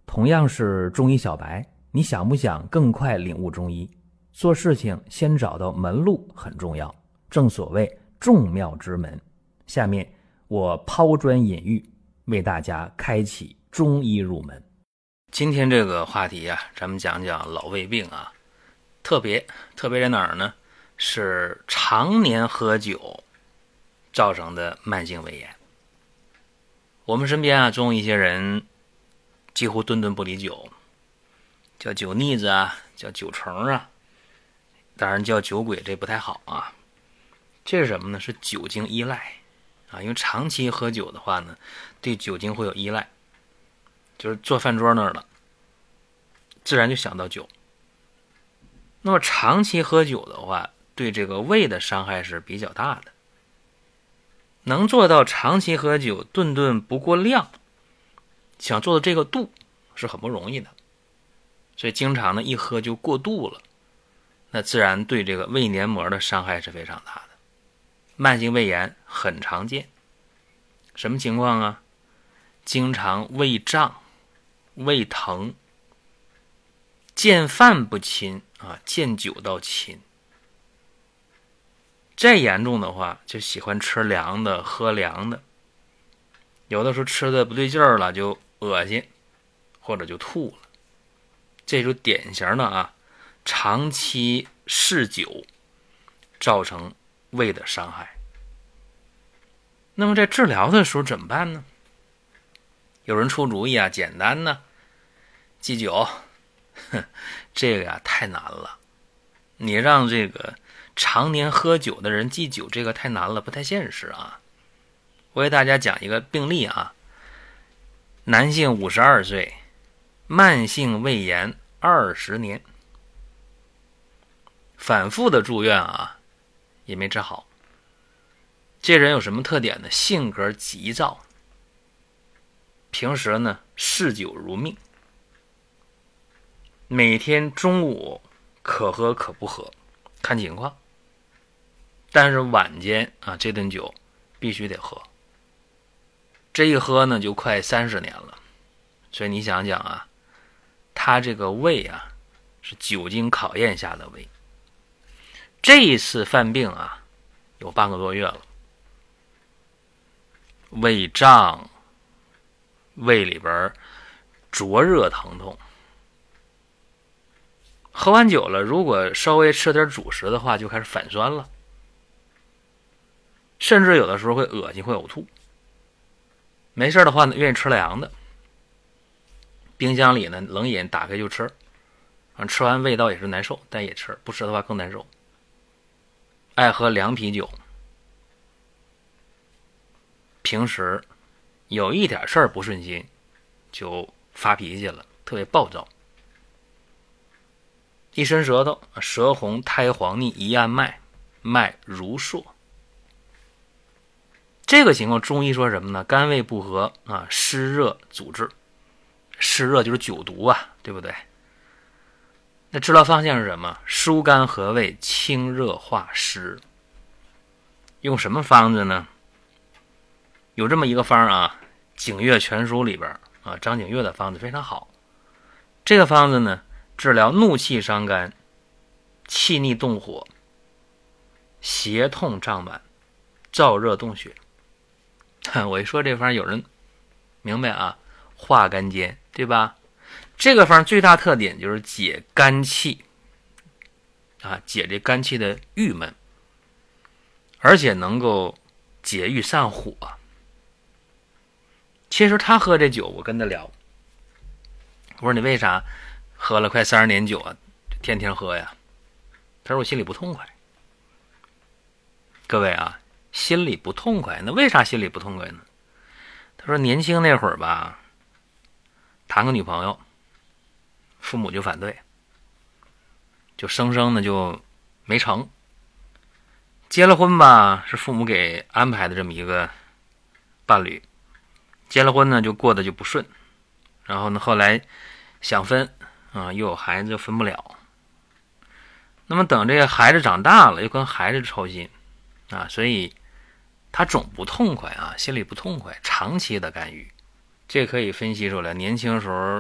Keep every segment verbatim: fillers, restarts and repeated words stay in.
同样是中医小白，你想不想更快领悟中医？做事情先找到门路很重要，正所谓众妙之门。下面我抛砖引玉，为大家开启中医入门。 今天这个话题啊，咱们讲讲老胃病啊，特别特别在哪儿呢？是常年喝酒造成的慢性胃炎。我们身边啊，总有一些人几乎顿顿不离酒，叫酒腻子啊，叫酒虫啊，当然叫酒鬼这不太好啊。这是什么呢？是酒精依赖啊，因为长期喝酒的话呢，对酒精会有依赖，就是坐饭桌那儿了，自然就想到酒。那么长期喝酒的话，对这个胃的伤害是比较大的。能做到长期喝酒，顿顿不过量，想做到这个度是很不容易的。所以经常呢一喝就过度了，那自然对这个胃黏膜的伤害是非常大的。慢性胃炎很常见，什么情况啊？经常胃胀、胃疼，见饭不亲啊，见酒倒亲。再严重的话，就喜欢吃凉的、喝凉的，有的时候吃的不对劲儿了，就恶心或者就吐了。这就典型的啊，长期嗜酒造成胃的伤害。那么在治疗的时候怎么办呢？有人出主意啊，简单呢，忌酒。这个呀、啊、太难了，你让这个常年喝酒的人忌酒，这个太难了，不太现实啊。我给大家讲一个病例啊，男性五十二岁，慢性胃炎二十年，反复的住院啊，也没治好。这人有什么特点呢？性格急躁，平时呢嗜酒如命，每天中午可喝可不喝，看情况。但是晚间啊，这顿酒必须得喝。这一喝呢，就快三十年了。所以你想想啊，他这个胃啊，是酒精考验下的胃。这一次犯病啊，有半个多月了，胃胀，胃里边灼热疼痛。喝完酒了，如果稍微吃点主食的话，就开始反酸了，甚至有的时候会恶心，会呕吐。没事的话呢，愿意吃凉的，冰箱里呢冷饮打开就吃，啊，吃完味道也是难受，但也吃，不吃的话更难受。爱喝凉啤酒，平时有一点事儿不顺心就发脾气了，特别暴躁。一伸舌头，舌红苔黄腻，一按脉，脉如数。这个情况中医说什么呢？肝胃不和啊，湿热阻滞。湿热就是酒毒啊，对不对？那治疗方向是什么？疏肝和胃，清热化湿。用什么方子呢？有这么一个方啊，景岳全书里边啊，张景岳的方子非常好。这个方子呢，治疗怒气伤肝，气逆动火，胁痛胀满，燥热动血。我一说这方有人明白啊，化肝坚，对吧？这个方最大特点就是解肝气啊，解这肝气的郁闷，而且能够解郁散火。其实他喝这酒，我跟他聊，我说你为啥喝了快三十年酒啊，天天喝呀？他说我心里不痛快。各位啊，心里不痛快，那为啥心里不痛快呢？他说年轻那会儿吧，谈个女朋友，父母就反对，就生生的就没成。结了婚吧，是父母给安排的这么一个伴侣，结了婚呢就过得就不顺，然后呢后来想分啊，又有孩子就分不了。那么等这个孩子长大了，又跟孩子操心啊，所以他总不痛快啊，心里不痛快，长期的干预，这可以分析出来，年轻时候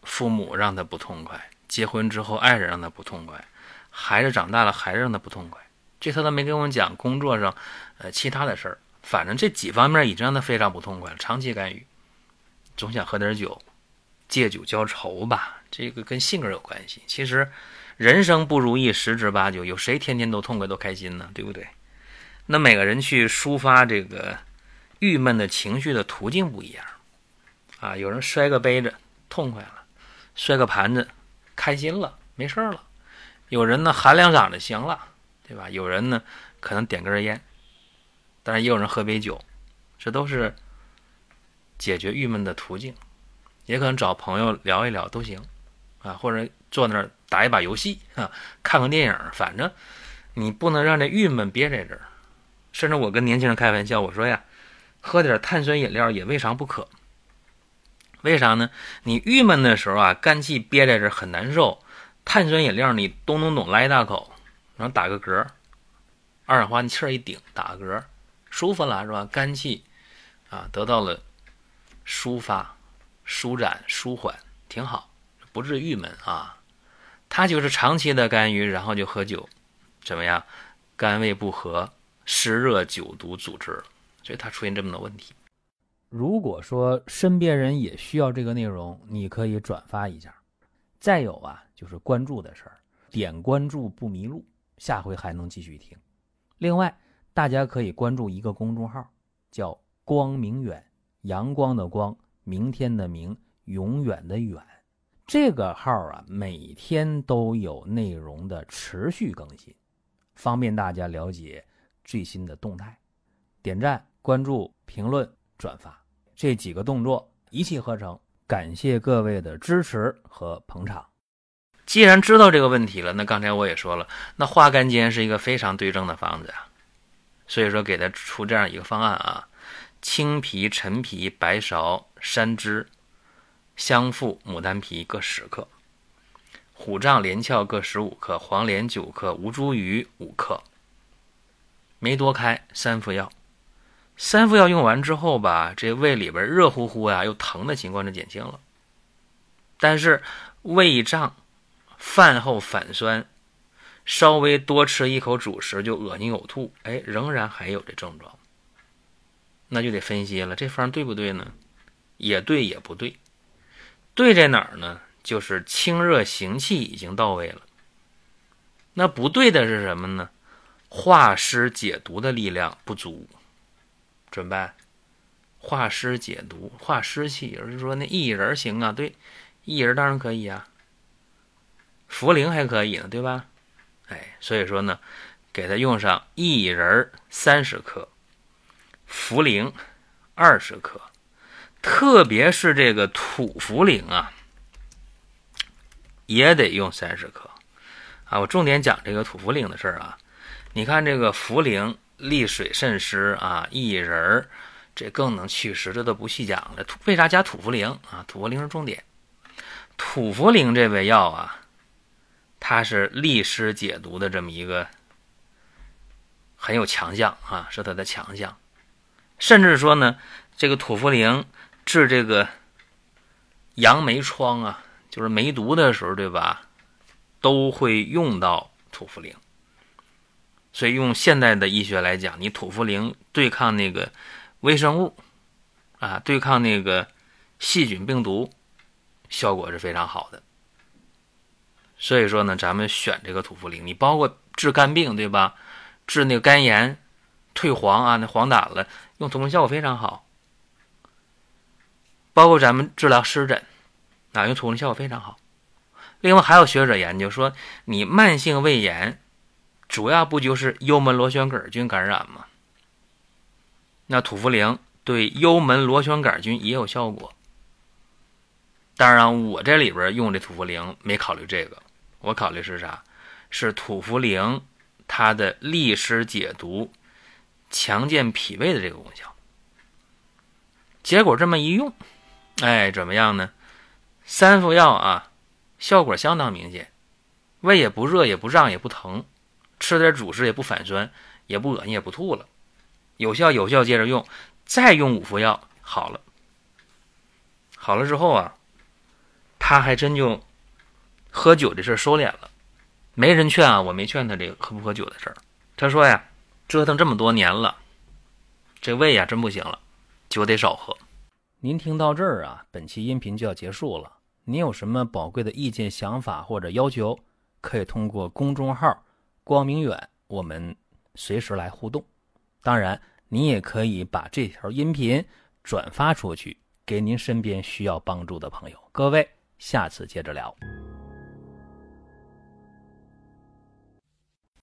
父母让他不痛快，结婚之后爱人让他不痛快，孩子长大了孩子让他不痛快，这他都没跟我们讲工作上呃其他的事儿，反正这几方面已经让他非常不痛快了，长期干预，总想喝点酒，借酒浇愁吧，这个跟性格有关系。其实人生不如意十之八九，有谁天天都痛快都开心呢？对不对？那每个人去抒发这个郁闷的情绪的途径不一样啊，有人摔个杯子痛快了，摔个盘子开心了，没事了。有人呢喊两嗓子行了，对吧？有人呢可能点根烟，当然也有人喝杯酒，这都是解决郁闷的途径。也可能找朋友聊一聊都行啊，或者坐那儿打一把游戏啊，看个电影，反正你不能让这郁闷憋在这儿。甚至我跟年轻人开玩笑，我说呀，喝点碳酸饮料也未尝不可。为啥呢？你郁闷的时候啊，肝气憋在这儿很难受，碳酸饮料你咚咚咚来一大口，然后打个嗝，二氧化碳气儿一顶，打个嗝，舒服了是吧？肝气啊得到了抒发、舒展、舒缓，挺好，不至郁闷啊。他就是长期的干预，然后就喝酒，怎么样？肝胃不和，湿热酒毒阻滞了，所以他出现这么多问题。 如果说身边人也需要这个内容，你可以转发一下。再有啊，就是关注的事儿，点关注不迷路，下回还能继续听。另外，大家可以关注一个公众号，叫光明远，阳光的光，明天的明，永远的远。这个号啊，每天都有内容的持续更新，方便大家了解最新的动态。点赞、关注、评论、转发这几个动作一气呵成，感谢各位的支持和捧场。 既然知道这个问题了，那刚才我也说了，那化肝煎是一个非常对症的方子啊，所以说给他出这样一个方案啊：青皮、陈皮、白芍、山栀、香附、牡丹皮各十克，虎杖、连翘各十五克，黄连九克，吴茱萸五克，没多开，三副药。三副药用完之后吧，这胃里边热乎乎呀又疼的情况就减轻了，但是胃胀、饭后反酸，稍微多吃一口主食就恶心呕吐，哎，仍然还有这症状，那就得分析了，这方对不对呢？也对也不对。对在哪儿呢？就是清热行气已经到位了。那不对的是什么呢？化湿解毒的力量不足。怎么办？化湿解毒，化湿气，有人说那薏仁行啊，对，薏仁当然可以啊，茯苓还可以呢，对吧？哎，所以说呢，给它用上薏仁三十克，茯苓二十克，特别是这个土茯苓啊，也得用三十克啊。我重点讲这个土茯苓的事儿啊。你看这个茯苓利水渗湿啊，薏仁这更能祛湿，这都不细讲了。为啥加土茯苓啊？土茯苓是重点。土茯苓这味药啊，它是利湿解毒的这么一个很有强项啊，是它的强项。甚至说呢，这个土茯苓治这个阳霉疮啊，就是梅毒的时候，对吧？都会用到土茯苓。所以用现代的医学来讲，你土茯苓对抗那个微生物啊，对抗那个细菌病毒，效果是非常好的。所以说呢，咱们选这个土茯苓，你包括治肝病，对吧？治那个肝炎、退黄啊，那黄疸了，用土茯苓效果非常好。包括咱们治疗湿疹啊，用土茯苓效果非常好。另外还有学者研究说，你慢性胃炎主要不就是幽门螺旋杆菌感染吗？那土茯苓对幽门螺旋杆菌也有效果。当然我这里边用这土茯苓没考虑这个，我考虑是啥？是土茯苓它的利湿解毒、强健脾胃的这个功效。结果这么一用，哎，怎么样呢？三副药啊，效果相当明显，胃也不热也不胀也不疼，吃点主食也不反酸，也不恶心也不吐了，有效有效，接着用，再用五副药好了。好了之后啊， 他还真就喝酒这事儿收敛了，没人劝啊，我没劝他这个喝不喝酒的事儿。他说呀，折腾这么多年了，这胃呀真不行了，酒得少喝。 您听到这儿啊，本期音频就要结束了。您有什么宝贵的意见、想法或者要求，可以通过公众号光明远，我们随时来互动。当然，您也可以把这条音频转发出去，给您身边需要帮助的朋友。各位，下次接着聊。